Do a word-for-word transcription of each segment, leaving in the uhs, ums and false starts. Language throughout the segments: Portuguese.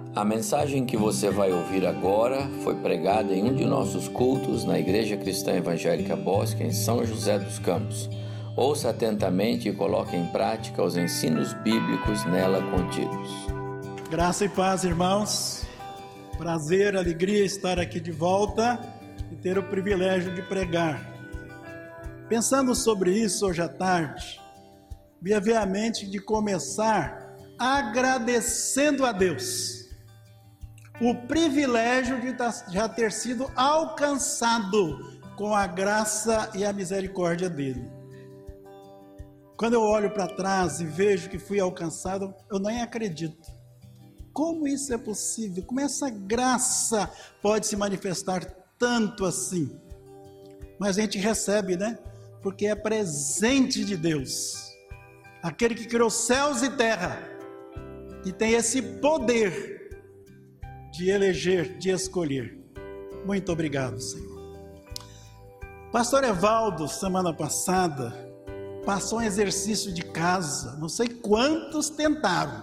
A mensagem que você vai ouvir agora foi pregada em um de nossos cultos na Igreja Cristã Evangélica Bosque, em São José dos Campos. Ouça atentamente e coloque em prática os ensinos bíblicos nela contidos. Graça e paz, irmãos. Prazer, alegria estar aqui de volta e ter o privilégio de pregar. Pensando sobre isso hoje à tarde, me veio à mente de começar agradecendo a Deus o privilégio de já ter sido alcançado com a graça e a misericórdia dele. Quando eu olho para trás e vejo que fui alcançado, eu nem acredito. Como isso é possível? Como essa graça pode se manifestar tanto assim? Mas a gente recebe, né? Porque é presente de Deus. Aquele que criou céus e terra e tem esse poder de eleger, de escolher. Muito obrigado, Senhor. Pastor Evaldo, semana passada, passou um exercício de casa. Não sei quantos tentaram.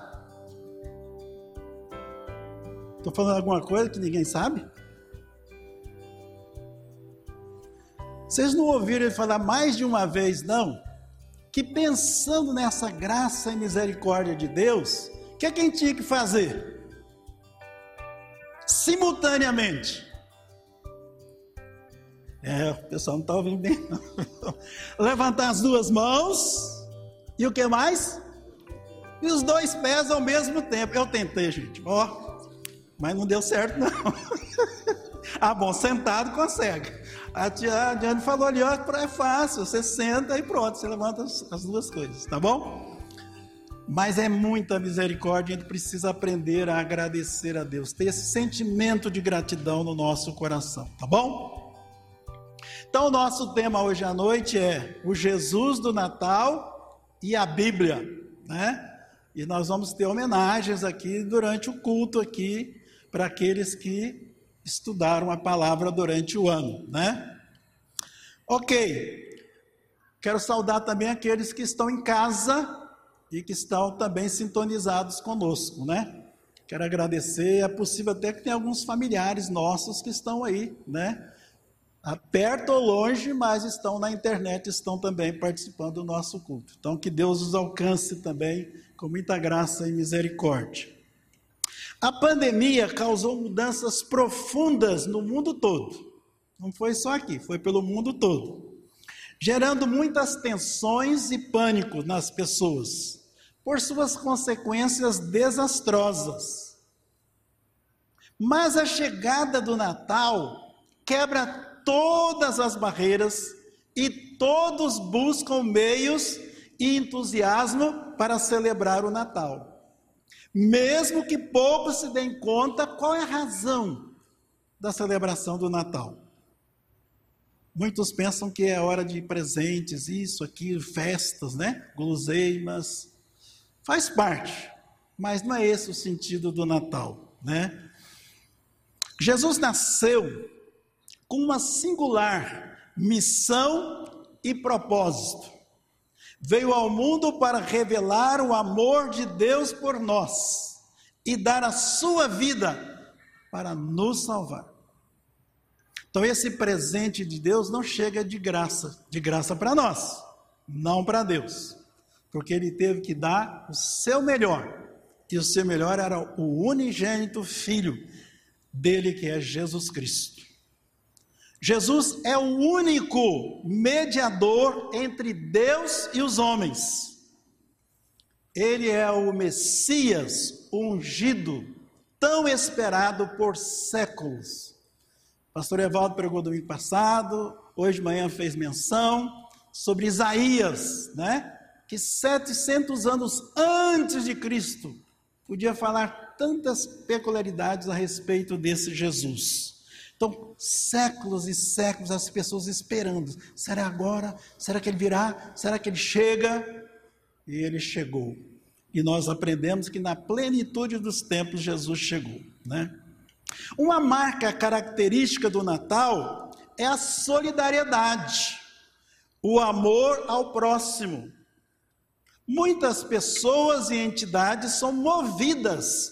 Estou falando alguma coisa que ninguém sabe? Vocês não ouviram ele falar mais de uma vez, não? Que pensando nessa graça e misericórdia de Deus, o que é que a gente tinha que fazer? Simultaneamente. É, o pessoal não está ouvindo bem. Levantar as duas mãos. E o que mais? E os dois pés ao mesmo tempo. Eu tentei, gente. Ó, mas não deu certo, não. Ah, bom, sentado consegue. A tia Diane falou ali, ó, é fácil. Você senta e pronto, você levanta as, as duas coisas, tá bom? Mas é muita misericórdia, a gente precisa aprender a agradecer a Deus, ter esse sentimento de gratidão no nosso coração, tá bom? Então o nosso tema hoje à noite é o Jesus do Natal e a Bíblia, né? E nós vamos ter homenagens aqui durante o culto aqui, para aqueles que estudaram a palavra durante o ano, né? Ok, quero saudar também aqueles que estão em casa e que estão também sintonizados conosco, né? Quero agradecer, é possível até que tenha alguns familiares nossos que estão aí, né? Perto ou longe, mas estão na internet, estão também participando do nosso culto. Então, que Deus os alcance também com muita graça e misericórdia. A pandemia causou mudanças profundas no mundo todo. Não foi só aqui, foi pelo mundo todo. Gerando muitas tensões e pânico nas pessoas, por suas consequências desastrosas. Mas a chegada do Natal quebra todas as barreiras e todos buscam meios e entusiasmo para celebrar o Natal. Mesmo que poucos se deem conta qual é a razão da celebração do Natal. Muitos pensam que é hora de presentes, isso, aquilo, festas, né? Guloseimas. Faz parte, mas não é esse o sentido do Natal, né? Jesus nasceu com uma singular missão e propósito. Veio ao mundo para revelar o amor de Deus por nós e dar a sua vida para nos salvar. Então esse presente de Deus não chega de graça, de graça para nós, não para Deus, porque ele teve que dar o seu melhor, e o seu melhor era o unigênito Filho dele, que é Jesus Cristo. Jesus é o único mediador entre Deus e os homens. Ele é o Messias ungido, tão esperado por séculos. Pastor Evaldo pregou domingo passado, hoje de manhã fez menção sobre Isaías, né? Que setecentos anos antes de Cristo podia falar tantas peculiaridades a respeito desse Jesus. Então, séculos e séculos as pessoas esperando. Será agora? Será que ele virá? Será que ele chega? E ele chegou. E nós aprendemos que na plenitude dos tempos Jesus chegou, né? Uma marca característica do Natal é a solidariedade, o amor ao próximo. Muitas pessoas e entidades são movidas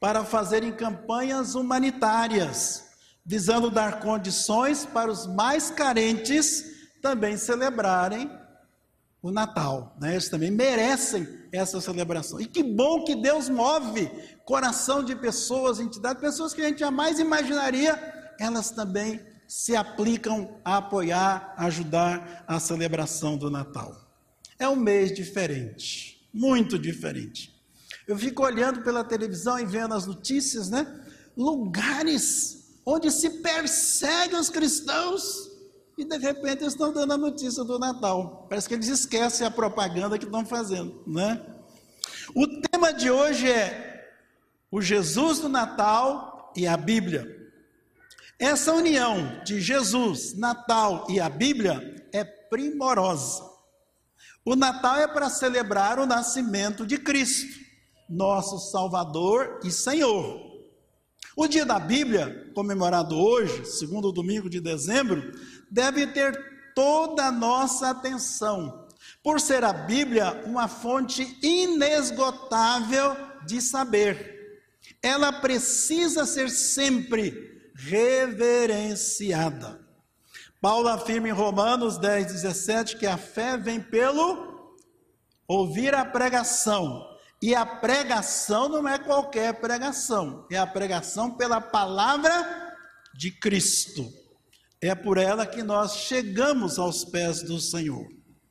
para fazerem campanhas humanitárias, visando dar condições para os mais carentes também celebrarem o Natal, né? Eles também merecem essa celebração. E que bom que Deus move coração de pessoas, entidades, pessoas que a gente jamais imaginaria, elas também se aplicam a apoiar, a ajudar a celebração do Natal. É um mês diferente, muito diferente. Eu fico olhando pela televisão e vendo as notícias, né? Lugares onde se persegue os cristãos e de repente eles estão dando a notícia do Natal. Parece que eles esquecem a propaganda que estão fazendo, né? O tema de hoje é o Jesus do Natal e a Bíblia. Essa união de Jesus, Natal e a Bíblia é primorosa. O Natal é para celebrar o nascimento de Cristo, nosso Salvador e Senhor. O dia da Bíblia, comemorado hoje, segundo domingo de dezembro, deve ter toda a nossa atenção, por ser a Bíblia uma fonte inesgotável de saber. Ela precisa ser sempre reverenciada. Paulo afirma em Romanos dez, dezessete que a fé vem pelo ouvir a pregação. E a pregação não é qualquer pregação, é a pregação pela palavra de Cristo. É por ela que nós chegamos aos pés do Senhor.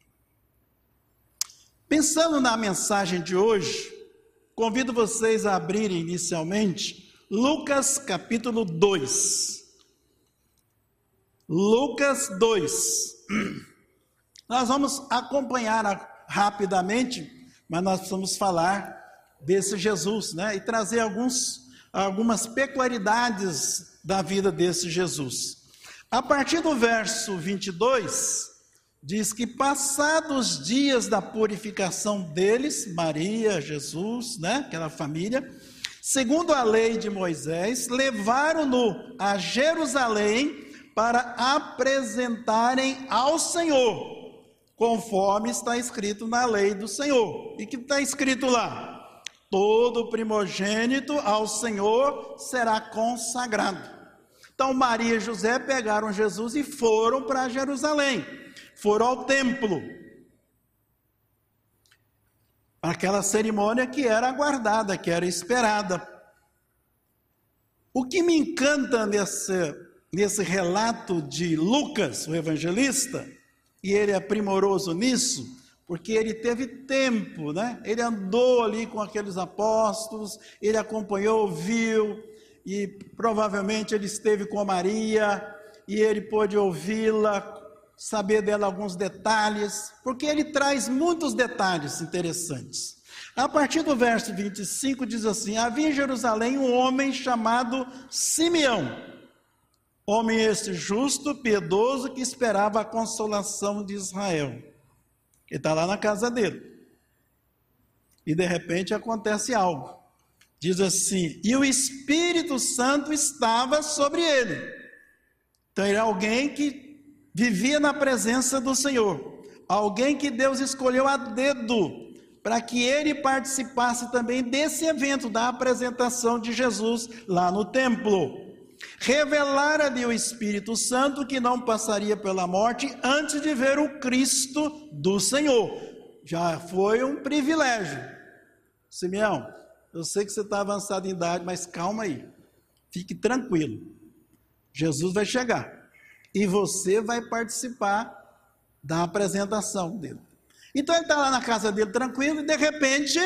Pensando na mensagem de hoje, convido vocês a abrirem inicialmente Lucas capítulo dois. Lucas dois. Nós vamos acompanhar rapidamente, mas nós precisamos falar desse Jesus, né? E trazer alguns, algumas peculiaridades da vida desse Jesus. A partir do verso vinte e dois, diz que passados dias da purificação deles, Maria, Jesus, né? Aquela família, segundo a lei de Moisés, levaram-no a Jerusalém para apresentarem ao Senhor, conforme está escrito na lei do Senhor. E que está escrito lá? Todo primogênito ao Senhor será consagrado. Então Maria e José pegaram Jesus e foram para Jerusalém, foram ao templo, aquela cerimônia que era aguardada, que era esperada. O que me encanta nesse, nesse relato de Lucas, o evangelista, e ele é primoroso nisso, porque ele teve tempo, né? Ele andou ali com aqueles apóstolos, ele acompanhou, viu, e provavelmente ele esteve com Maria, e ele pôde ouvi-la, saber dela alguns detalhes, porque ele traz muitos detalhes interessantes. A partir do verso vinte e cinco diz assim: havia em Jerusalém um homem chamado Simeão, homem este justo, piedoso, que esperava a consolação de Israel. Ele está lá na casa dele. E de repente acontece algo. Diz assim: e o Espírito Santo estava sobre ele. Então ele é alguém que vivia na presença do Senhor. Alguém que Deus escolheu a dedo para que ele participasse também desse evento da apresentação de Jesus lá no templo. Revelara-lhe o Espírito Santo que não passaria pela morte antes de ver o Cristo do Senhor. Já foi um privilégio. Simeão, eu sei que você está avançado em idade, mas calma aí. Fique tranquilo. Jesus vai chegar. E você vai participar da apresentação dele. Então ele está lá na casa dele tranquilo e de repente,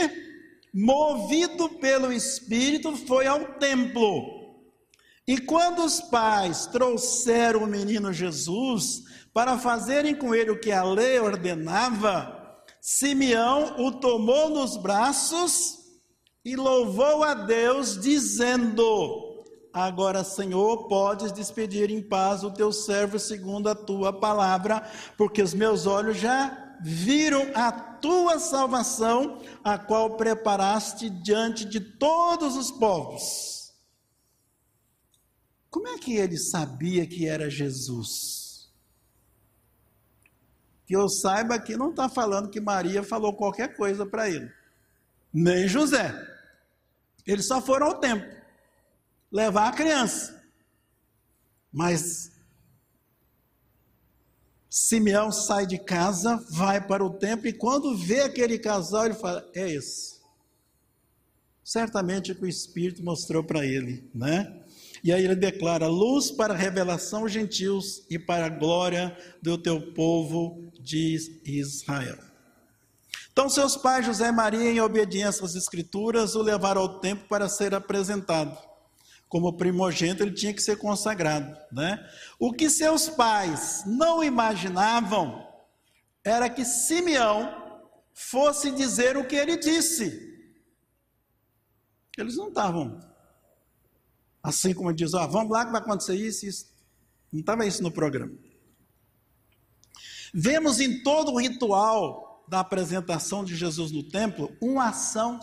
movido pelo Espírito, foi ao templo. E quando os pais trouxeram o menino Jesus para fazerem com ele o que a lei ordenava, Simeão o tomou nos braços e louvou a Deus, dizendo: agora, Senhor, podes despedir em paz o teu servo segundo a tua palavra, porque os meus olhos já viram a tua salvação, a qual preparaste diante de todos os povos. Como é que ele sabia que era Jesus? Que eu saiba aqui, não está falando que Maria falou qualquer coisa para ele, nem José. Eles só foram ao templo levar a criança. Mas Simeão sai de casa, vai para o templo, e quando vê aquele casal, ele fala, é esse. Certamente que o Espírito mostrou para ele, né? E aí ele declara, luz para a revelação aos gentios e para a glória do teu povo de Israel. Então seus pais, José e Maria, em obediência às Escrituras, o levaram ao templo para ser apresentado. Como primogênito, ele tinha que ser consagrado, né? O que seus pais não imaginavam era que Simeão fosse dizer o que ele disse. Eles não estavam assim como diz, ó, vamos lá que vai acontecer isso, isso. Não estava isso no programa. Vemos em todo o ritual da apresentação de Jesus no templo uma ação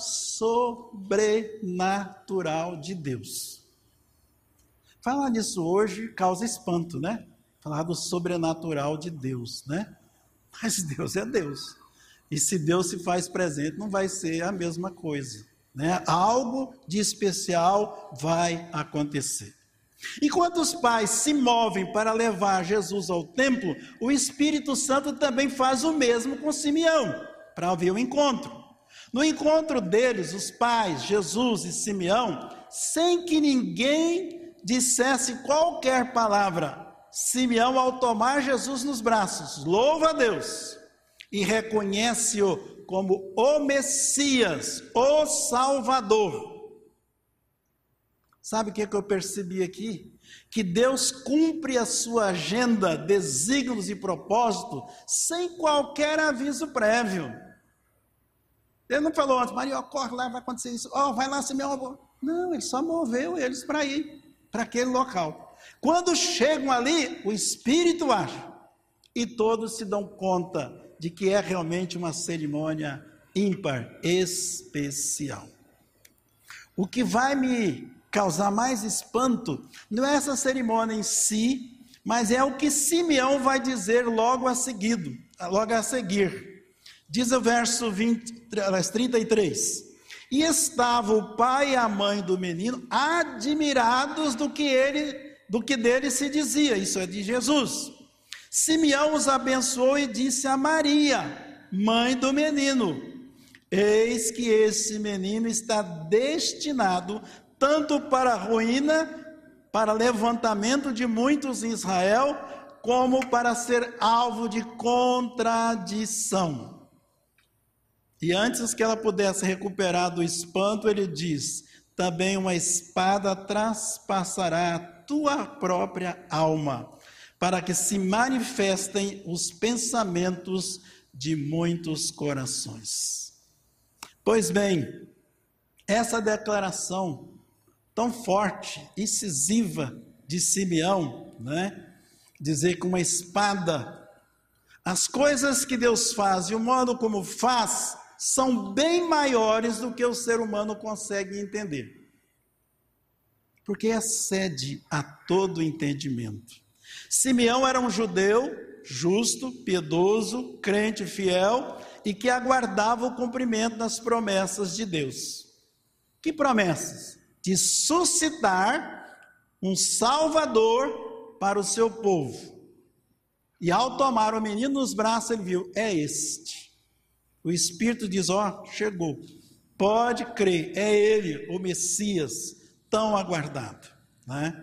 sobrenatural de Deus. Falar nisso hoje causa espanto, né? Falar do sobrenatural de Deus, né? Mas Deus é Deus. E se Deus se faz presente, não vai ser a mesma coisa, né? Algo de especial vai acontecer. Enquanto os pais se movem para levar Jesus ao templo, o Espírito Santo também faz o mesmo com Simeão, para ouvir o encontro. No encontro deles, os pais, Jesus e Simeão, sem que ninguém dissesse qualquer palavra, Simeão, ao tomar Jesus nos braços, louva a Deus e reconhece-o como o Messias, o Salvador. Sabe o que, é que eu percebi aqui? Que Deus cumpre a sua agenda, desígnios e propósito, sem qualquer aviso prévio. Ele não falou antes, Maria, corre lá, vai acontecer isso, ó, oh, vai lá, Simeão. Não, ele só moveu eles para ir para aquele local. Quando chegam ali, o Espírito age, e todos se dão conta de que é realmente uma cerimônia ímpar, especial. O que vai me causar mais espanto não é essa cerimônia em si, mas é o que Simeão vai dizer logo a seguido, logo a seguir. Diz o verso vinte, trinta e três. E estava o pai e a mãe do menino admirados do que ele, do que dele se dizia, isso é de Jesus. Simeão os abençoou e disse a Maria, mãe do menino, eis que esse menino está destinado tanto para a ruína, para levantamento de muitos em Israel, como para ser alvo de contradição. E antes que ela pudesse recuperar do espanto, ele diz, também uma espada traspassará a tua própria alma, para que se manifestem os pensamentos de muitos corações. Pois bem, essa declaração tão forte, incisiva de Simeão, né? Dizer que uma espada, as coisas que Deus faz e o modo como faz, são bem maiores do que o ser humano consegue entender. Porque excede a todo entendimento. Simeão era um judeu justo, piedoso, crente fiel e que aguardava o cumprimento das promessas de Deus. Que promessas? De suscitar um Salvador para o seu povo. E ao tomar o menino nos braços, ele viu, é este. O Espírito diz, ó, oh, chegou. Pode crer, é ele, o Messias, tão aguardado, né?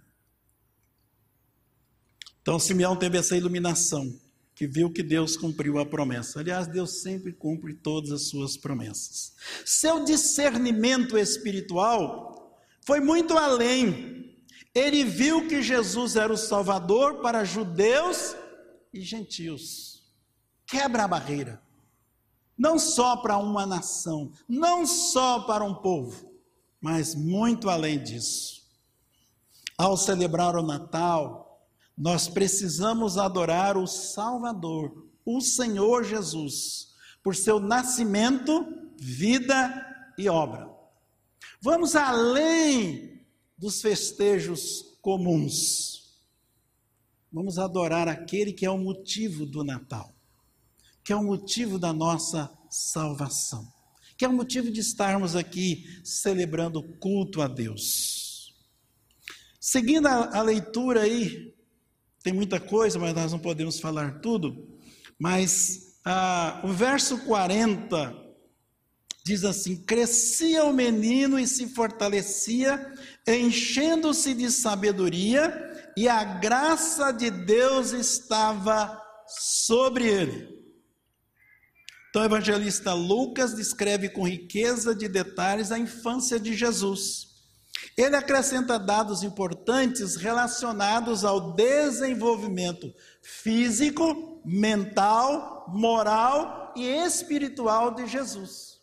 Então Simeão teve essa iluminação, que viu que Deus cumpriu a promessa. Aliás, Deus sempre cumpre todas as suas promessas. Seu discernimento espiritual foi muito além. Ele viu que Jesus era o Salvador para judeus e gentios. Quebra a barreira. Não só para uma nação, não só para um povo, mas muito além disso. Ao celebrar o Natal, nós precisamos adorar o Salvador, o Senhor Jesus, por seu nascimento, vida e obra. Vamos além dos festejos comuns. Vamos adorar aquele que é o motivo do Natal, que é o motivo da nossa salvação, que é o motivo de estarmos aqui celebrando o culto a Deus. Seguindo a, a leitura aí, tem muita coisa, mas nós não podemos falar tudo, mas ah, o verso quarenta diz assim: crescia o menino e se fortalecia, enchendo-se de sabedoria, e a graça de Deus estava sobre ele. Então o evangelista Lucas descreve com riqueza de detalhes a infância de Jesus. Ele acrescenta dados importantes relacionados ao desenvolvimento físico, mental, moral e espiritual de Jesus.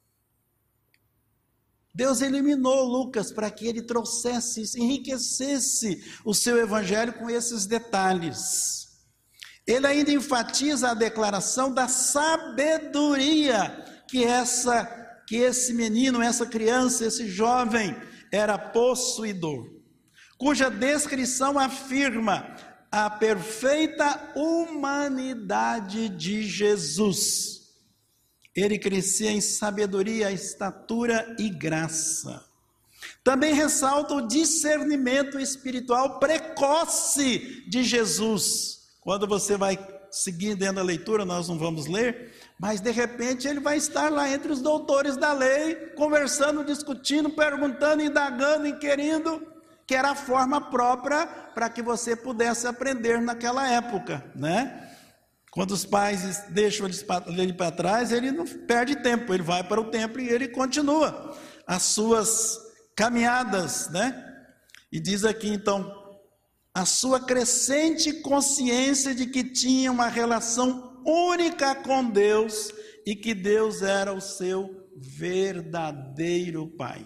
Deus eliminou Lucas para que ele trouxesse, enriquecesse o seu evangelho com esses detalhes. Ele ainda enfatiza a declaração da sabedoria que, essa, que esse menino, essa criança, esse jovem era possuidor, cuja descrição afirma a perfeita humanidade de Jesus. Ele crescia em sabedoria, estatura e graça. Também ressalta o discernimento espiritual precoce de Jesus. Quando você vai seguir dentro da leitura, nós não vamos ler, mas de repente ele vai estar lá entre os doutores da lei, conversando, discutindo, perguntando, indagando, inquirindo, que era a forma própria para que você pudesse aprender naquela época, né? Quando os pais deixam ele para trás, ele não perde tempo, ele vai para o templo e ele continua as suas caminhadas, né? E diz aqui então, a sua crescente consciência de que tinha uma relação única com Deus e que Deus era o seu verdadeiro Pai.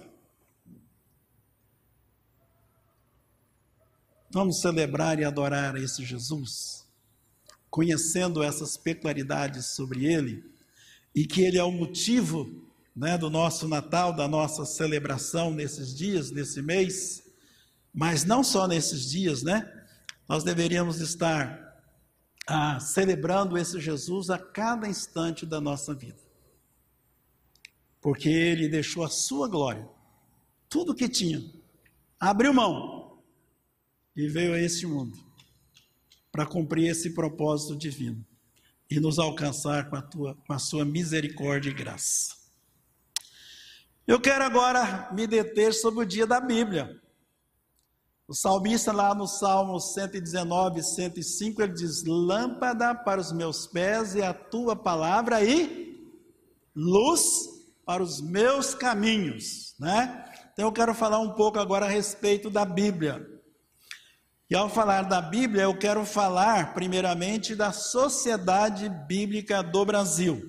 Vamos celebrar e adorar esse Jesus, conhecendo essas peculiaridades sobre ele, e que ele é o motivo, né, do nosso Natal, da nossa celebração nesses dias, nesse mês, mas não só nesses dias, né? Nós deveríamos estar ah, celebrando esse Jesus a cada instante da nossa vida, porque ele deixou a sua glória, tudo o que tinha, abriu mão e veio a este mundo para cumprir esse propósito divino e nos alcançar com a, tua, com a sua misericórdia e graça. Eu quero agora me deter sobre o dia da Bíblia. O salmista lá no Salmo cento e dezenove, cento e cinco, ele diz: lâmpada para os meus pés e a tua palavra e luz para os meus caminhos, né? Então eu quero falar um pouco agora a respeito da Bíblia. E ao falar da Bíblia, eu quero falar primeiramente da Sociedade Bíblica do Brasil.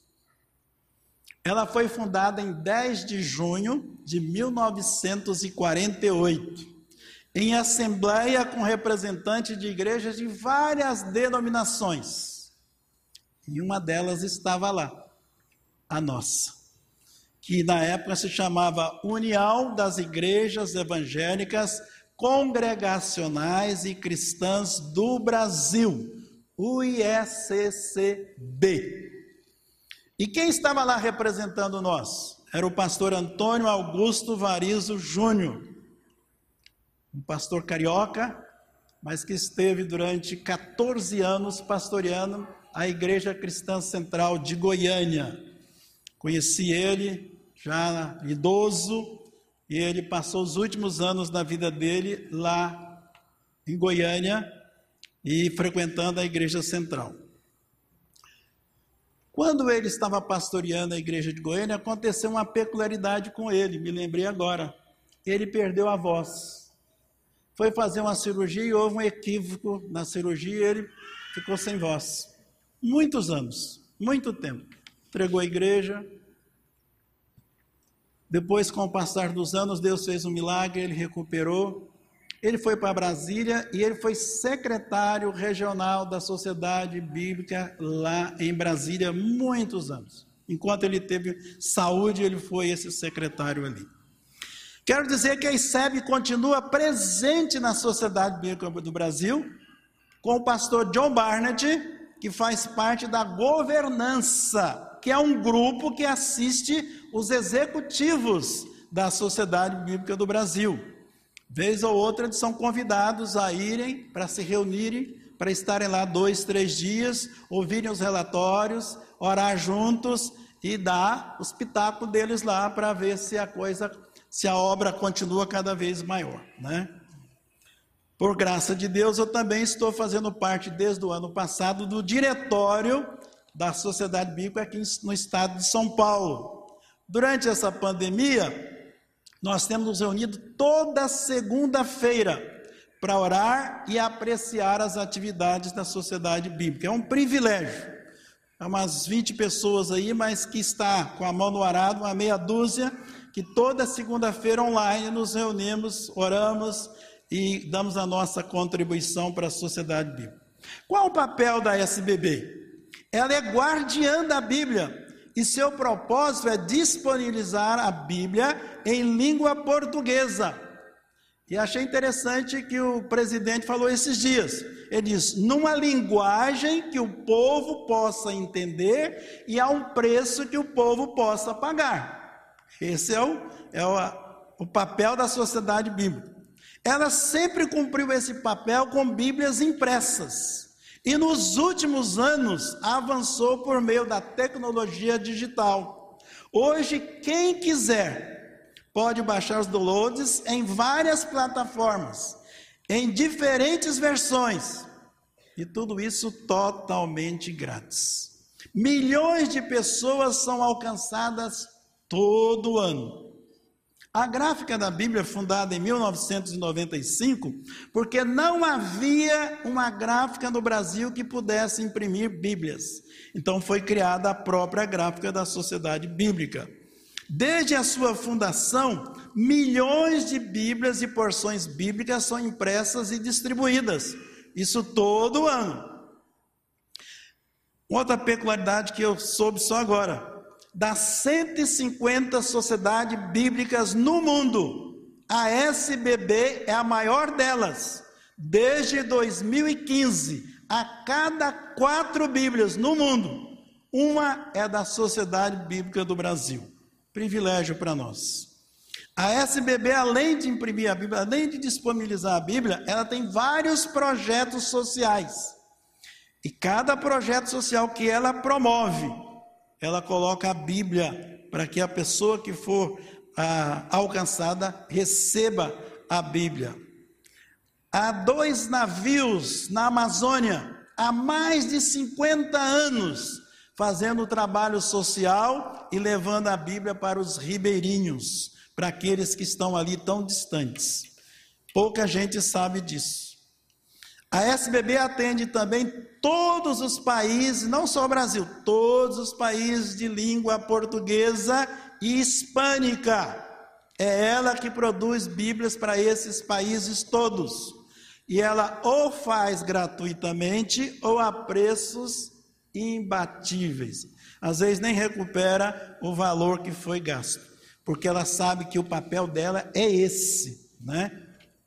Ela foi fundada em dez de junho de mil novecentos e quarenta e oito, em assembleia com representantes de igrejas de várias denominações. E uma delas estava lá, a nossa, que na época se chamava União das Igrejas Evangélicas Congregacionais e Cristãs do Brasil, U I E C C B. E quem estava lá representando nós? Era o pastor Antônio Augusto Varizo Júnior, um pastor carioca, mas que esteve durante quatorze anos pastoreando a Igreja Cristã Central de Goiânia. Conheci ele já idoso, e ele passou os últimos anos da vida dele lá em Goiânia e frequentando a Igreja Central. Quando ele estava pastoreando a Igreja de Goiânia, aconteceu uma peculiaridade com ele, me lembrei agora. Ele perdeu a voz. Foi fazer uma cirurgia e houve um equívoco na cirurgia e ele ficou sem voz. Muitos anos, muito tempo. Entregou a igreja. Depois, com o passar dos anos, Deus fez um milagre, ele recuperou. Ele foi para Brasília e ele foi secretário regional da Sociedade Bíblica lá em Brasília, muitos anos. Enquanto ele teve saúde, ele foi esse secretário ali. Quero dizer que a I C E B continua presente na Sociedade Bíblica do Brasil, com o pastor John Barnett, que faz parte da governança que é um grupo que assiste os executivos da Sociedade Bíblica do Brasil. Vez ou outra eles são convidados a irem para se reunirem, para estarem lá dois, três dias, ouvirem os relatórios, orar juntos e dar os pitacos deles lá para ver se a coisa, se a obra continua cada vez maior, né? Por graça de Deus, eu também estou fazendo parte desde o ano passado do diretório da Sociedade Bíblica aqui no estado de São Paulo. Durante essa pandemia, nós temos nos reunido toda segunda-feira para orar e apreciar as atividades da Sociedade Bíblica. É um privilégio. Há umas vinte pessoas aí, mas que está com a mão no arado, uma meia dúzia, que toda segunda-feira online nos reunimos, oramos e damos a nossa contribuição para a Sociedade Bíblica. Qual o papel da S B B? Ela é guardiã da Bíblia. E seu propósito é disponibilizar a Bíblia em língua portuguesa. E achei interessante que o presidente falou esses dias. Ele diz, numa linguagem que o povo possa entender e a um preço que o povo possa pagar. Esse é o, é o, o papel da Sociedade Bíblica. Ela sempre cumpriu esse papel com Bíblias impressas. E nos últimos anos avançou por meio da tecnologia digital. Hoje, quem quiser pode baixar os downloads em várias plataformas, em diferentes versões, e tudo isso totalmente grátis. Milhões de pessoas são alcançadas todo ano. A gráfica da Bíblia, fundada em mil novecentos e noventa e cinco, porque não havia uma gráfica no Brasil que pudesse imprimir Bíblias. Então foi criada a própria gráfica da Sociedade Bíblica. Desde a sua fundação, milhões de Bíblias e porções bíblicas são impressas e distribuídas. Isso todo ano. Outra peculiaridade que eu soube só agora. Das cento e cinquenta sociedades bíblicas no mundo, a S B B é a maior delas. Desde dois mil e quinze, a cada quatro Bíblias no mundo, uma é da Sociedade Bíblica do Brasil. Privilégio para nós. A S B B, além de imprimir a Bíblia, além de disponibilizar a Bíblia, ela tem vários projetos sociais. E cada projeto social que ela promove, ela coloca a Bíblia para que a pessoa que for ah, alcançada receba a Bíblia. Há dois navios na Amazônia, há mais de cinquenta anos, fazendo trabalho social e levando a Bíblia para os ribeirinhos, para aqueles que estão ali tão distantes. Pouca gente sabe disso. A S B B atende também todos os países, não só o Brasil, todos os países de língua portuguesa e hispânica. É ela que produz Bíblias para esses países todos. E ela ou faz gratuitamente ou a preços imbatíveis. Às vezes nem recupera o valor que foi gasto, porque ela sabe que o papel dela é esse, né?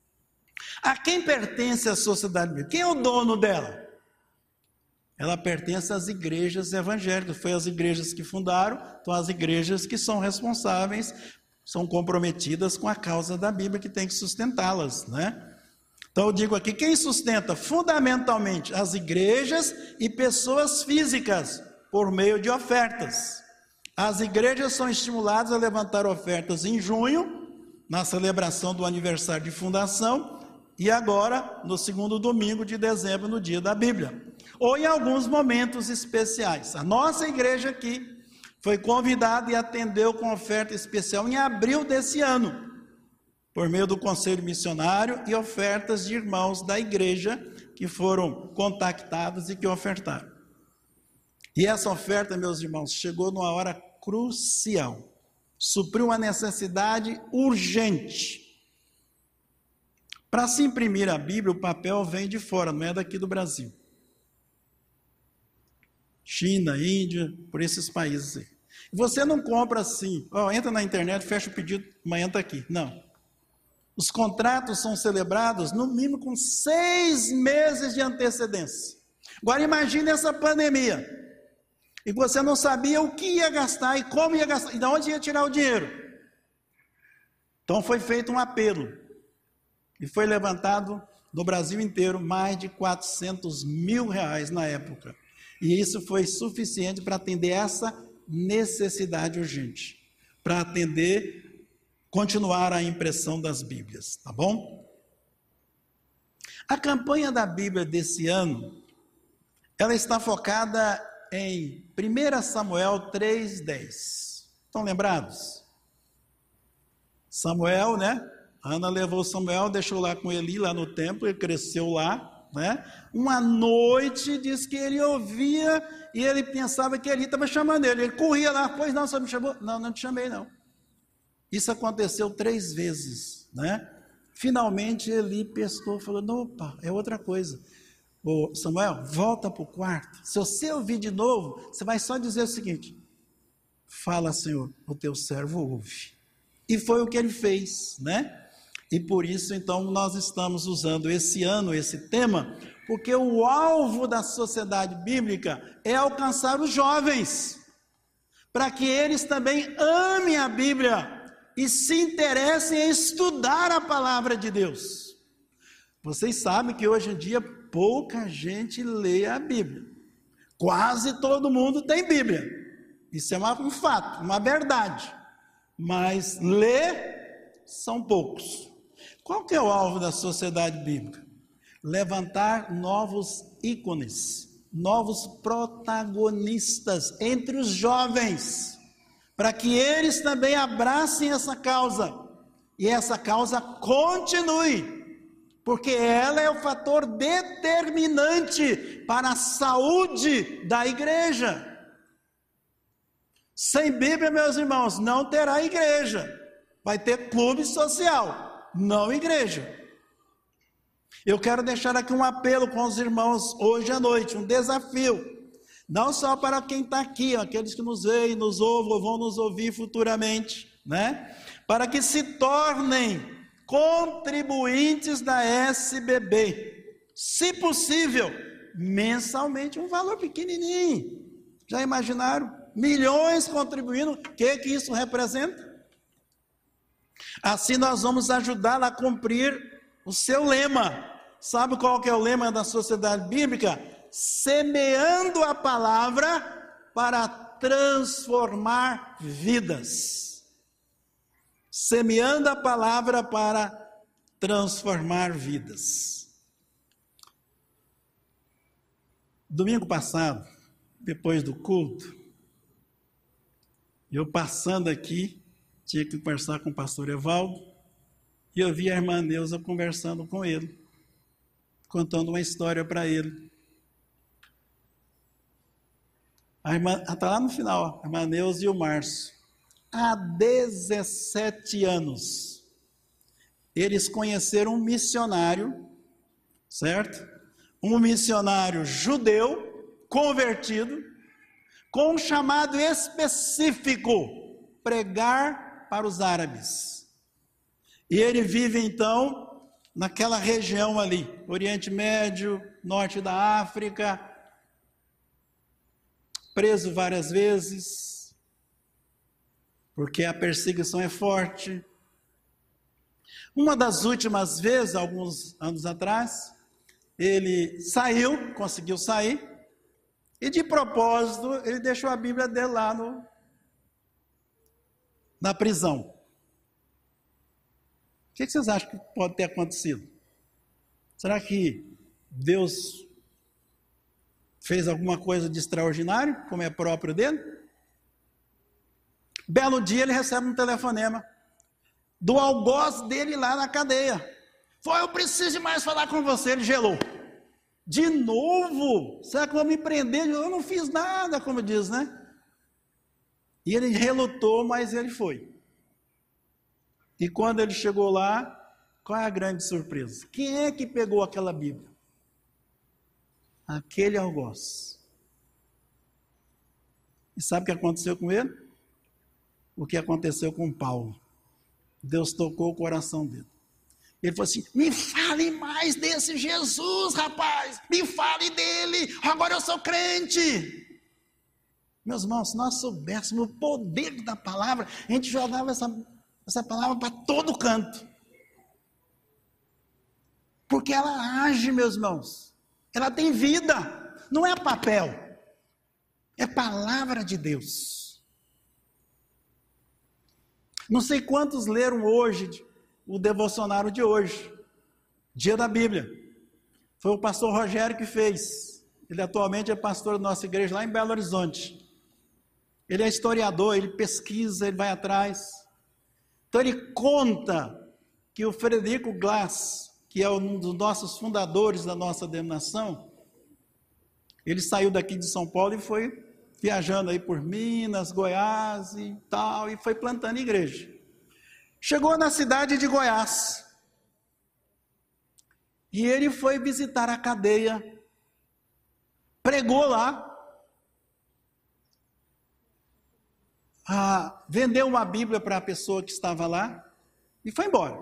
A quem pertence a Sociedade Bíblica? Quem é o dono dela? Ela pertence às igrejas evangélicas, foi as igrejas que fundaram, então as igrejas que são responsáveis, são comprometidas com a causa da Bíblia, que tem que sustentá-las, né? Então eu digo aqui, quem sustenta fundamentalmente as igrejas e pessoas físicas, por meio de ofertas. As igrejas são estimuladas a levantar ofertas em junho, na celebração do aniversário de fundação, e agora, no segundo domingo de dezembro, no dia da Bíblia. Ou em alguns momentos especiais. A nossa igreja aqui foi convidada e atendeu com oferta especial em abril desse ano, por meio do Conselho Missionário e ofertas de irmãos da igreja que foram contactados e que ofertaram. E essa oferta, meus irmãos, chegou numa hora crucial. Supriu uma necessidade urgente. Para se imprimir a Bíblia, o papel vem de fora, não é daqui do Brasil. China, Índia, por esses países aí. Você não compra assim, ó, entra na internet, fecha o pedido, amanhã está aqui. Não. Os contratos são celebrados, no mínimo, com seis meses de antecedência. Agora imagine essa pandemia. E você não sabia o que ia gastar e como ia gastar, e de onde ia tirar o dinheiro. Então foi feito um apelo. E foi levantado no Brasil inteiro mais de quatrocentos mil reais na época. E isso foi suficiente para atender essa necessidade urgente. Para atender, continuar a impressão das Bíblias, tá bom? A campanha da Bíblia desse ano, ela está focada em primeiro Samuel três, dez. Estão lembrados? Samuel, né? Ana levou Samuel, deixou lá com Eli, lá no templo, ele cresceu lá, né? Uma noite, diz que ele ouvia e ele pensava que Eli estava chamando ele. Ele corria lá, pois não, você me chamou? Não, não te chamei não. Isso aconteceu três vezes, né? Finalmente Eli pescou, falou, opa, é outra coisa. Ô, Samuel, volta para o quarto. Se você ouvir de novo, você vai só dizer o seguinte: fala, Senhor, o teu servo ouve. E foi o que ele fez, né? E por isso, então, nós estamos usando esse ano, esse tema, porque o alvo da sociedade bíblica é alcançar os jovens, para que eles também amem a Bíblia e se interessem em estudar a palavra de Deus. Vocês sabem que hoje em dia pouca gente lê a Bíblia. Quase todo mundo tem Bíblia. Isso é uma, um fato, uma verdade. Mas ler são poucos. Qual que é o alvo da sociedade bíblica? Levantar novos ícones, novos protagonistas entre os jovens, para que eles também abracem essa causa, e essa causa continue, porque ela é o fator determinante para a saúde da igreja. Sem Bíblia, meus irmãos, não terá igreja, vai ter clube social, não igreja. Eu quero deixar aqui um apelo com os irmãos hoje à noite, um desafio, não só para quem está aqui, aqueles que nos veem, nos ouvem ou vão nos ouvir futuramente, né? Para que se tornem contribuintes da S B B, se possível, mensalmente, um valor pequenininho. Já imaginaram? Milhões contribuindo, o que que isso representa? Assim nós vamos ajudá-la a cumprir o seu lema. Sabe qual que é o lema da sociedade bíblica? Semeando a palavra para transformar vidas. Semeando a palavra para transformar vidas. Domingo passado, depois do culto, eu passando aqui, tinha que conversar com o pastor Evaldo, e eu vi a irmã Neuza conversando com ele, contando uma história para ele. A irmã, está lá no final, a irmã Neuza e o Márcio. Há dezessete anos, eles conheceram um missionário, certo? Um missionário judeu, convertido, com um chamado específico, pregar para os árabes. E ele vive então naquela região ali, Oriente Médio, norte da África, preso várias vezes, porque a perseguição é forte. Uma das últimas vezes, alguns anos atrás, ele saiu, conseguiu sair, e de propósito, ele deixou a Bíblia dele lá no, na prisão. O que vocês acham que pode ter acontecido? Será que Deus fez alguma coisa de extraordinário, como é próprio dele? Belo dia ele recebe um telefonema do algoz dele lá na cadeia. Foi, eu preciso mais falar com você. Ele gelou. De novo? Será que vão me prender? Eu não fiz nada, como diz, né? E ele relutou, mas ele foi. E quando ele chegou lá, qual é a grande surpresa? Quem é que pegou aquela Bíblia? Aquele algoz. E sabe o que aconteceu com ele? O que aconteceu com Paulo. Deus tocou o coração dele. Ele falou assim, me fale mais desse Jesus, rapaz, me fale dele, agora eu sou crente. Meus irmãos, se nós soubéssemos o poder da palavra, a gente jogava essa, essa palavra para todo canto. Porque ela age, meus irmãos. Ela tem vida. Não é papel. É palavra de Deus. Não sei quantos leram hoje o devocionário de hoje. Dia da Bíblia. Foi o pastor Rogério que fez. Ele atualmente é pastor da nossa igreja lá em Belo Horizonte. Ele é historiador, ele pesquisa, ele vai atrás. Então ele conta que o Frederico Glass, que é um dos nossos fundadores da nossa denominação, ele saiu daqui de São Paulo e foi viajando aí por Minas, Goiás e tal, e foi plantando igreja. Chegou na cidade de Goiás, e ele foi visitar a cadeia, pregou lá, ah, vendeu uma Bíblia para a pessoa que estava lá, e foi embora.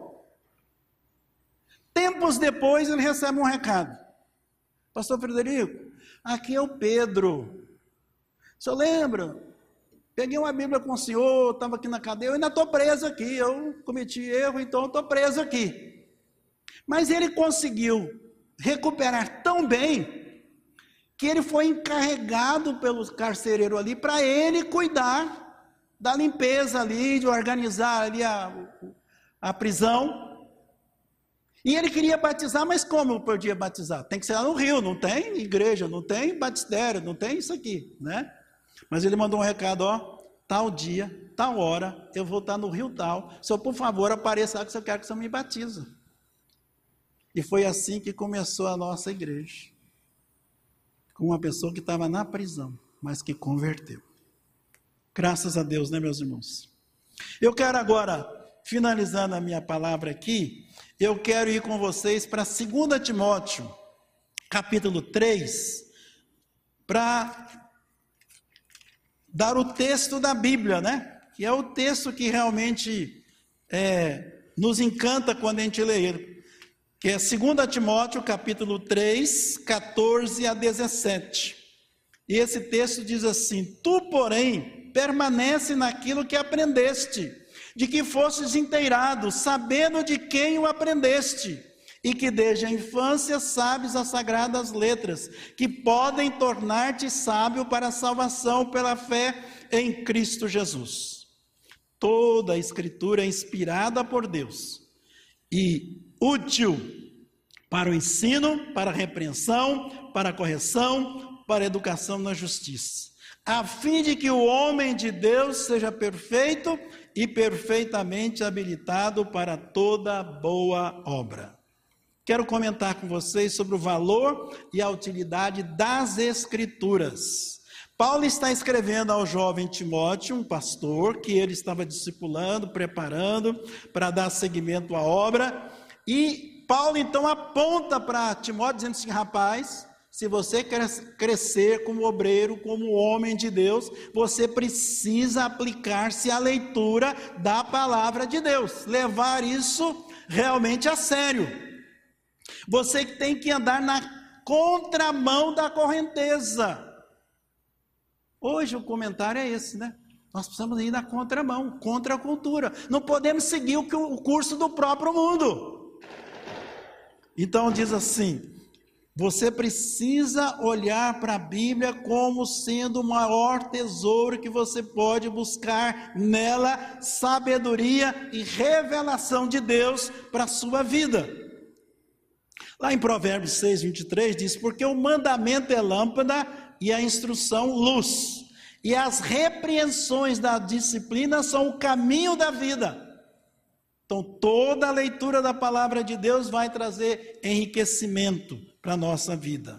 Tempos depois ele recebe um recado. Pastor Frederico, aqui é o Pedro. O senhor lembra? Peguei uma Bíblia com o senhor, estava aqui na cadeia, eu ainda estou preso aqui, eu cometi erro, então estou preso aqui. Mas ele conseguiu recuperar tão bem, que ele foi encarregado pelo carcereiro ali, para ele cuidar da limpeza ali, de organizar ali a, a prisão. E ele queria batizar, mas como eu podia batizar? Tem que ser lá no Rio, não tem igreja, não tem batistério, não tem isso aqui, né? Mas ele mandou um recado, ó, tal dia, tal hora, eu vou estar no Rio tal, o senhor, por favor, apareça lá que eu quero que o senhor me batize. E foi assim que começou a nossa igreja, com uma pessoa que estava na prisão, mas que converteu. Graças a Deus, né, meus irmãos? Eu quero agora, finalizando a minha palavra aqui, eu quero ir com vocês para dois Timóteo, capítulo três, para dar o texto da Bíblia, né? Que é o texto que realmente é, nos encanta quando a gente lê ele. Que é dois Timóteo, capítulo três, quatorze a dezessete. E esse texto diz assim: Tu, porém, permanece naquilo que aprendeste, de que fostes inteirado, sabendo de quem o aprendeste, e que desde a infância sabes as sagradas letras, que podem tornar-te sábio para a salvação pela fé em Cristo Jesus. Toda a Escritura é inspirada por Deus e útil para o ensino, para a repreensão, para a correção, para a educação na justiça, a fim de que o homem de Deus seja perfeito e perfeitamente habilitado para toda boa obra. Quero comentar com vocês sobre o valor e a utilidade das Escrituras. Paulo está escrevendo ao jovem Timóteo, um pastor, que ele estava discipulando, preparando para dar seguimento à obra, e Paulo então aponta para Timóteo, dizendo assim: rapaz, se você quer crescer como obreiro, como homem de Deus, você precisa aplicar-se à leitura da palavra de Deus, levar isso realmente a sério. Você tem que andar na contramão da correnteza. Hoje o comentário é esse, né? Nós precisamos ir na contramão, contra a cultura. Não podemos seguir o, que, o curso do próprio mundo. Então diz assim: você precisa olhar para a Bíblia como sendo o maior tesouro que você pode buscar nela, sabedoria e revelação de Deus para a sua vida. Lá em Provérbios seis, vinte e três diz: porque o mandamento é lâmpada e a instrução luz, e as repreensões da disciplina são o caminho da vida. Então toda a leitura da palavra de Deus vai trazer enriquecimento para a nossa vida.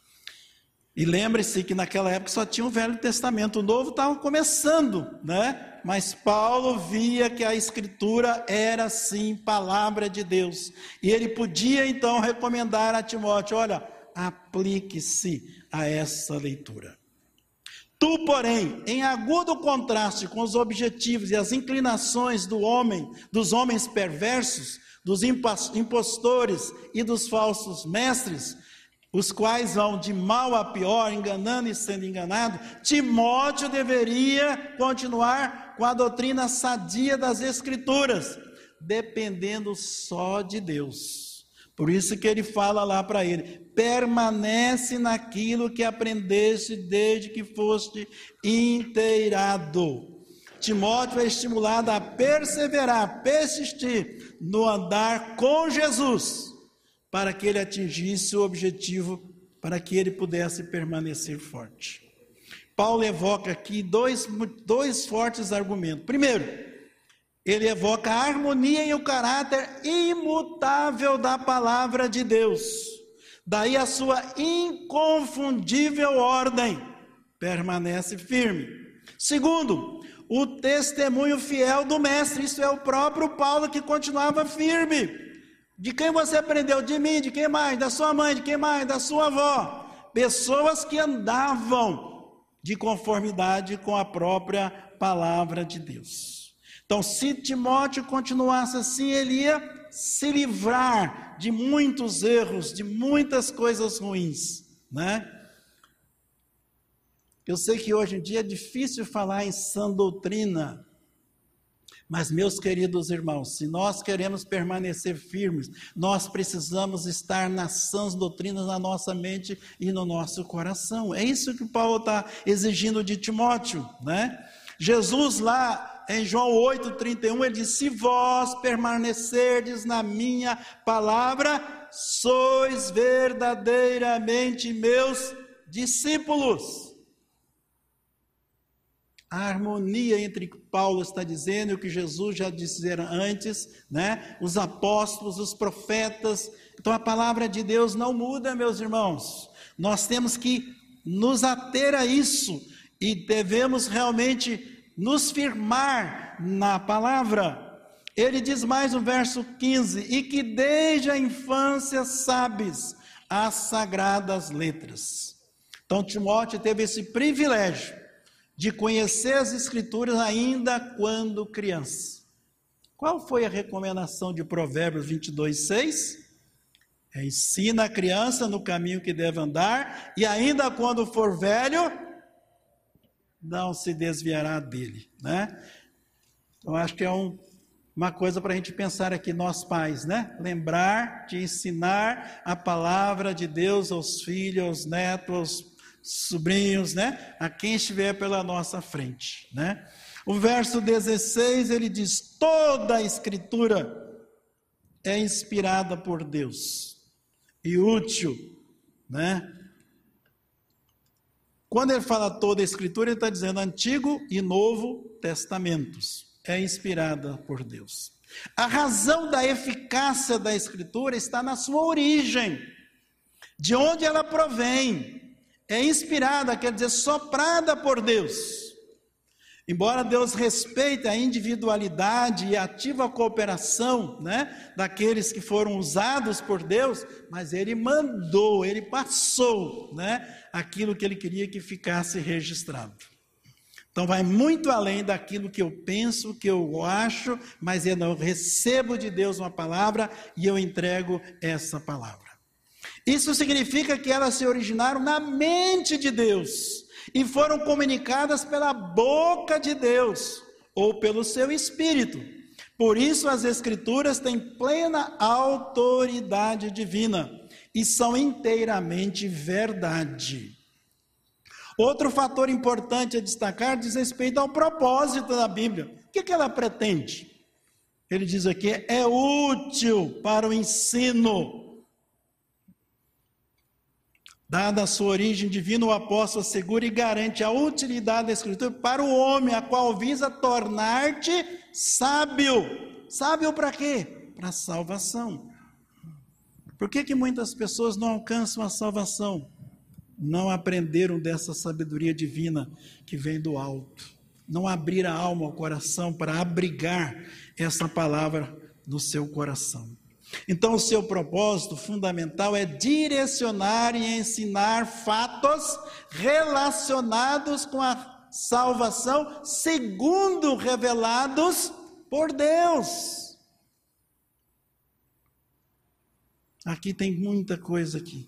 E lembre-se que naquela época só tinha o Velho Testamento, o Novo estava começando, né? Mas Paulo via que a Escritura era sim palavra de Deus, e ele podia então recomendar a Timóteo: olha, aplique-se a essa leitura. Tu, porém, em agudo contraste com os objetivos e as inclinações do homem, dos homens perversos, dos impostores e dos falsos mestres, os quais vão de mal a pior, enganando e sendo enganado, Timóteo deveria continuar com a doutrina sadia das Escrituras, dependendo só de Deus. Por isso que ele fala lá para ele: permanece naquilo que aprendeste desde que foste inteirado. Timóteo é estimulado a perseverar, persistir no andar com Jesus, para que ele atingisse o objetivo, para que ele pudesse permanecer forte. Paulo evoca aqui dois, dois fortes argumentos. Primeiro, ele evoca a harmonia e o caráter imutável da palavra de Deus. Daí a sua inconfundível ordem, permanece firme. Segundo, o testemunho fiel do mestre, isso é o próprio Paulo que continuava firme. De quem você aprendeu? De mim, de quem mais? Da sua mãe, de quem mais? Da sua avó. Pessoas que andavam de conformidade com a própria palavra de Deus. Então, se Timóteo continuasse assim, ele ia se livrar de muitos erros, de muitas coisas ruins, né? Eu sei que hoje em dia é difícil falar em sã doutrina, mas, meus queridos irmãos, se nós queremos permanecer firmes, nós precisamos estar nas sãs doutrinas na nossa mente e no nosso coração. É isso que Paulo está exigindo de Timóteo, né? Jesus lá em João oito, trinta e um, ele diz: se vós permanecerdes na minha palavra, sois verdadeiramente meus discípulos. A harmonia entre o que Paulo está dizendo e o que Jesus já dissera antes, né? Os apóstolos, os profetas. Então a palavra de Deus não muda, meus irmãos. Nós temos que nos ater a isso e devemos realmente nos firmar na palavra. Ele diz mais no verso quinze: e que desde a infância sabes as sagradas letras. Então Timóteo teve esse privilégio de conhecer as Escrituras ainda quando criança. Qual foi a recomendação de Provérbios vinte e dois, seis? É, ensina a criança no caminho que deve andar, e ainda quando for velho, não se desviará dele, né? Então, acho que é um, uma coisa para a gente pensar aqui, nós pais, né? Lembrar de ensinar a palavra de Deus aos filhos, aos netos, aos sobrinhos, né? A quem estiver pela nossa frente, né? O verso dezesseis, ele diz: toda a Escritura é inspirada por Deus e útil, né? Quando ele fala toda a Escritura, ele está dizendo Antigo e Novo Testamentos, é inspirada por Deus. A razão da eficácia da Escritura está na sua origem, de onde ela provém. É inspirada, quer dizer, soprada por Deus. Embora Deus respeite a individualidade e ativa a cooperação, né, daqueles que foram usados por Deus, mas Ele mandou, Ele passou, né, aquilo que Ele queria que ficasse registrado. Então vai muito além daquilo que eu penso, que eu acho, mas eu não recebo de Deus uma palavra e eu entrego essa palavra. Isso significa que elas se originaram na mente de Deus e foram comunicadas pela boca de Deus ou pelo seu Espírito. Por isso as Escrituras têm plena autoridade divina e são inteiramente verdade. Outro fator importante a destacar diz respeito ao propósito da Bíblia. O que, que ela pretende? Ele diz aqui: é útil para o ensino. Dada a sua origem divina, o apóstolo assegura e garante a utilidade da Escritura para o homem, a qual visa tornar-te sábio. Sábio para quê? Para a salvação. Por que que muitas pessoas não alcançam a salvação? Não aprenderam dessa sabedoria divina que vem do alto. Não abriram a alma, o coração para abrigar essa palavra no seu coração. Então, o seu propósito fundamental é direcionar e ensinar fatos relacionados com a salvação, segundo revelados por Deus. Aqui tem muita coisa aqui.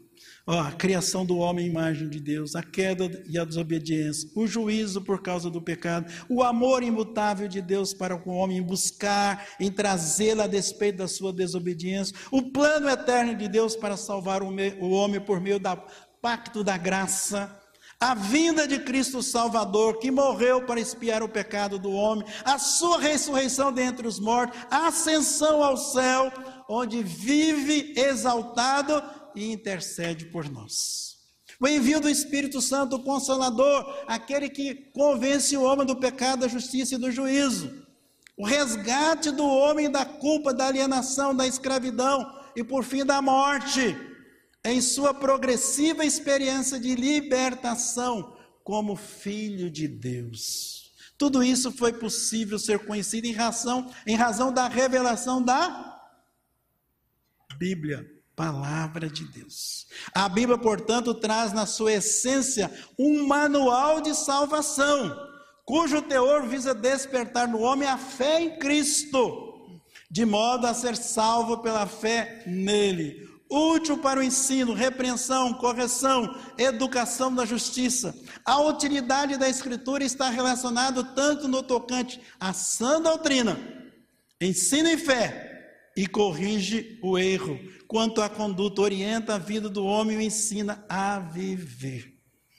Ó, a criação do homem à imagem de Deus, a queda e a desobediência, o juízo por causa do pecado, o amor imutável de Deus para com o homem em buscar, em trazê-lo a despeito da sua desobediência, o plano eterno de Deus para salvar o, me, o homem por meio do pacto da graça, a vinda de Cristo Salvador, que morreu para expiar o pecado do homem, a sua ressurreição dentre os mortos, a ascensão ao céu, onde vive exaltado e intercede por nós. O envio do Espírito Santo, o Consolador, aquele que convence o homem do pecado, da justiça e do juízo. O resgate do homem da culpa, da alienação, da escravidão e por fim da morte, em sua progressiva experiência de libertação como filho de Deus. Tudo isso foi possível ser conhecido em razão, em razão da revelação da Bíblia, palavra de Deus. A Bíblia, portanto, traz na sua essência um manual de salvação, cujo teor visa despertar no homem a fé em Cristo, de modo a ser salvo pela fé nele. Útil para o ensino, repreensão, correção, educação da justiça. A utilidade da Escritura está relacionada tanto no tocante à sã doutrina, ensino e fé, e corrige o erro, quanto à conduta, orienta a vida do homem e o ensina a viver.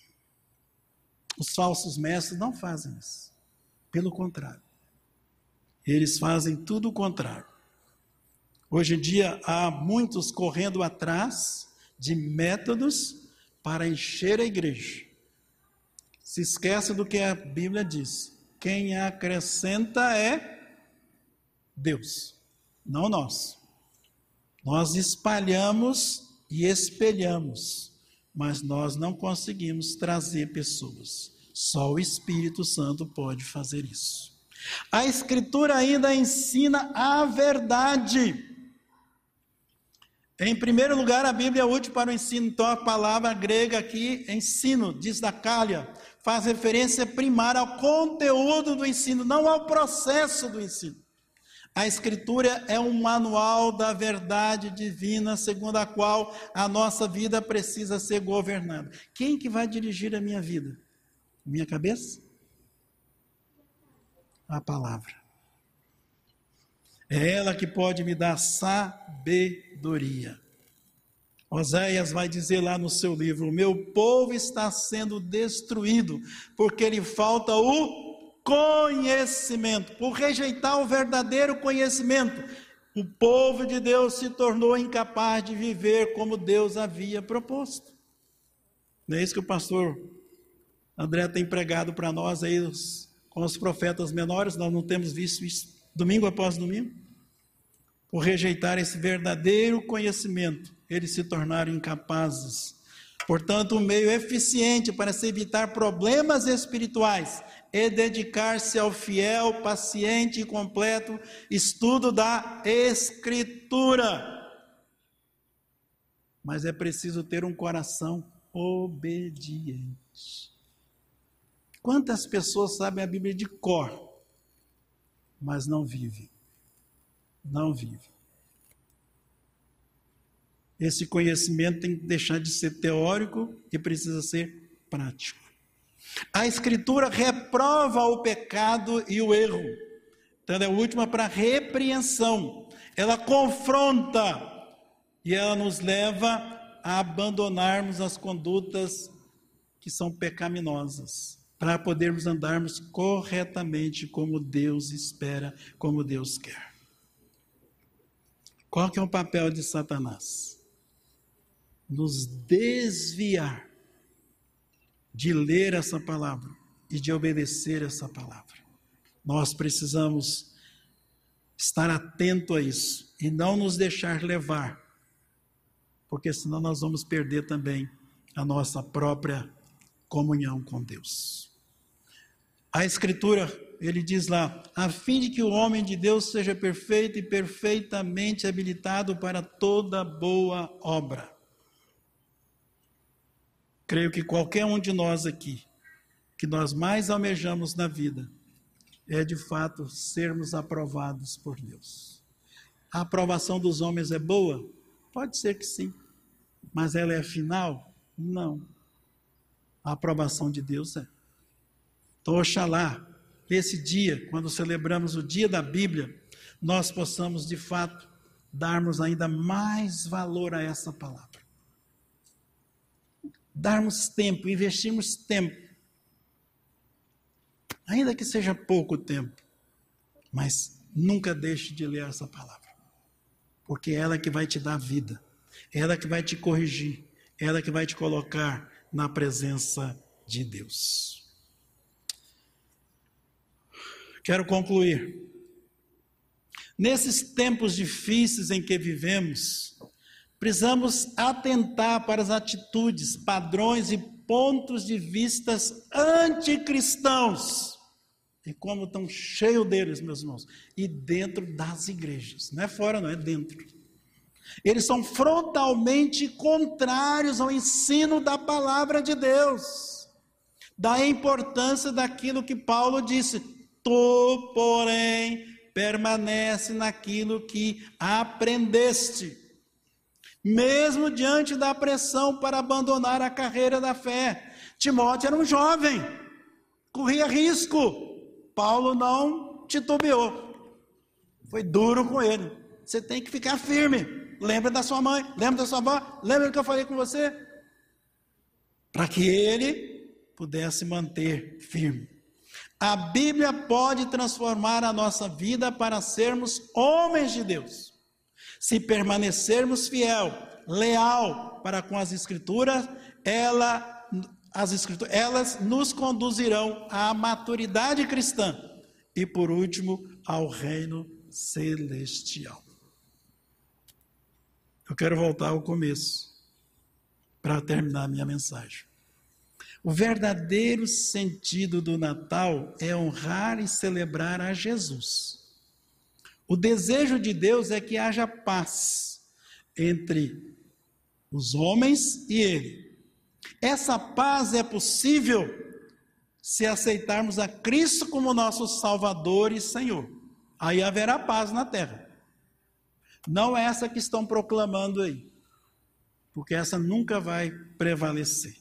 Os falsos mestres não fazem isso. Pelo contrário. Eles fazem tudo o contrário. Hoje em dia há muitos correndo atrás de métodos para encher a igreja. Se esquece do que a Bíblia diz. Quem acrescenta é Deus. Não nós. Nós espalhamos e espelhamos, mas nós não conseguimos trazer pessoas. Só o Espírito Santo pode fazer isso. A Escritura ainda ensina a verdade. Em primeiro lugar, a Bíblia é útil para o ensino. Então, a palavra grega aqui, ensino, didaskalia, faz referência primária ao conteúdo do ensino, não ao processo do ensino. A Escritura é um manual da verdade divina, segundo a qual a nossa vida precisa ser governada. Quem que vai dirigir a minha vida? Minha cabeça? A palavra. É ela que pode me dar sabedoria. Oséias vai dizer lá no seu livro: o meu povo está sendo destruído, porque lhe falta o conhecimento. Por rejeitar o verdadeiro conhecimento, o povo de Deus se tornou incapaz de viver como Deus havia proposto. Não é isso que o pastor André tem pregado para nós aí, os, com os profetas menores? Nós não temos visto isso domingo após domingo? Por rejeitar esse verdadeiro conhecimento, eles se tornaram incapazes. Portanto, um meio eficiente para se evitar problemas espirituais é dedicar-se ao fiel, paciente e completo estudo da Escritura. Mas é preciso ter um coração obediente. Quantas pessoas sabem a Bíblia de cor, mas não vivem? Não vivem. Esse conhecimento tem que deixar de ser teórico e precisa ser prático. A Escritura reprova o pecado e o erro. Então, ela é última para repreensão. Ela confronta e ela nos leva a abandonarmos as condutas que são pecaminosas, para podermos andarmos corretamente como Deus espera, como Deus quer. Qual que é o papel de Satanás? Nos desviar de ler essa palavra e de obedecer essa palavra. Nós precisamos estar atento a isso e não nos deixar levar, porque senão nós vamos perder também a nossa própria comunhão com Deus. A Escritura, ele diz lá, a fim de que o homem de Deus seja perfeito e perfeitamente habilitado para toda boa obra. Creio que qualquer um de nós aqui, que nós mais almejamos na vida, é de fato sermos aprovados por Deus. A aprovação dos homens é boa? Pode ser que sim. Mas ela é final? Não. A aprovação de Deus é. Então, oxalá, esse dia, quando celebramos o dia da Bíblia, nós possamos, de fato, darmos ainda mais valor a essa palavra. Darmos tempo, investirmos tempo. Ainda que seja pouco tempo, mas nunca deixe de ler essa palavra. Porque é ela que vai te dar vida, é ela que vai te corrigir, é ela que vai te colocar na presença de Deus. Quero concluir. Nesses tempos difíceis em que vivemos, precisamos atentar para as atitudes, padrões e pontos de vistas anticristãos. E como estão cheios deles, meus irmãos. E dentro das igrejas. Não é fora, não, é dentro. Eles são frontalmente contrários ao ensino da palavra de Deus. Da importância daquilo que Paulo disse. Tu, porém, permanece naquilo que aprendeste. Mesmo diante da pressão para abandonar a carreira da fé. Timóteo era um jovem. Corria risco. Paulo não titubeou, foi duro com ele. Você tem que ficar firme. Lembra da sua mãe, lembra da sua avó, lembra do que eu falei com você? Para que ele pudesse manter firme. A Bíblia pode transformar a nossa vida para sermos homens de Deus. Se permanecermos fiel, leal para com as Escrituras, ela As escrituras, elas nos conduzirão à maturidade cristã e, por último, ao reino celestial. Eu quero voltar ao começo para terminar a minha mensagem. O verdadeiro sentido do Natal é honrar e celebrar a Jesus. O desejo de Deus é que haja paz entre os homens e Ele. Essa paz é possível se aceitarmos a Cristo como nosso Salvador e Senhor. Aí haverá paz na terra. Não é essa que estão proclamando aí, porque essa nunca vai prevalecer.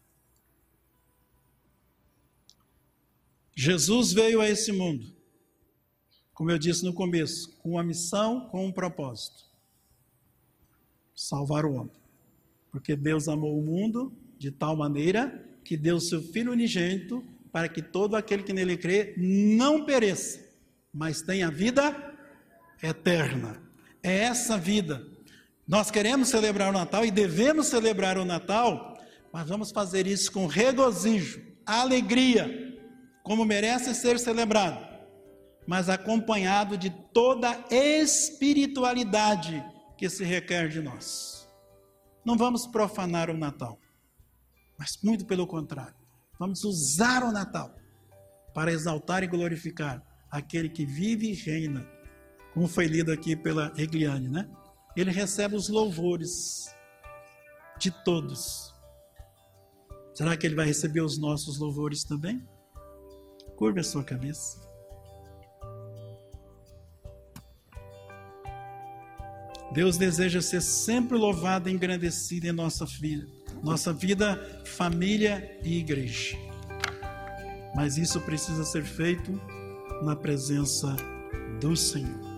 Jesus veio a esse mundo, como eu disse no começo, com uma missão, com um propósito: salvar o homem. Porque Deus amou o mundo de tal maneira que deu seu Filho unigênito para que todo aquele que nele crê não pereça, mas tenha vida eterna. É essa vida. Nós queremos celebrar o Natal e devemos celebrar o Natal, mas vamos fazer isso com regozijo, alegria, como merece ser celebrado, mas acompanhado de toda a espiritualidade que se requer de nós. Não vamos profanar o Natal, mas muito pelo contrário, vamos usar o Natal para exaltar e glorificar aquele que vive e reina, como foi lido aqui pela Egliane, né? Ele recebe os louvores de todos. Será que ele vai receber os nossos louvores também? Curve a sua cabeça. Deus deseja ser sempre louvado e engrandecido em nossa vida, nossa vida, família e igreja. Mas isso precisa ser feito na presença do Senhor.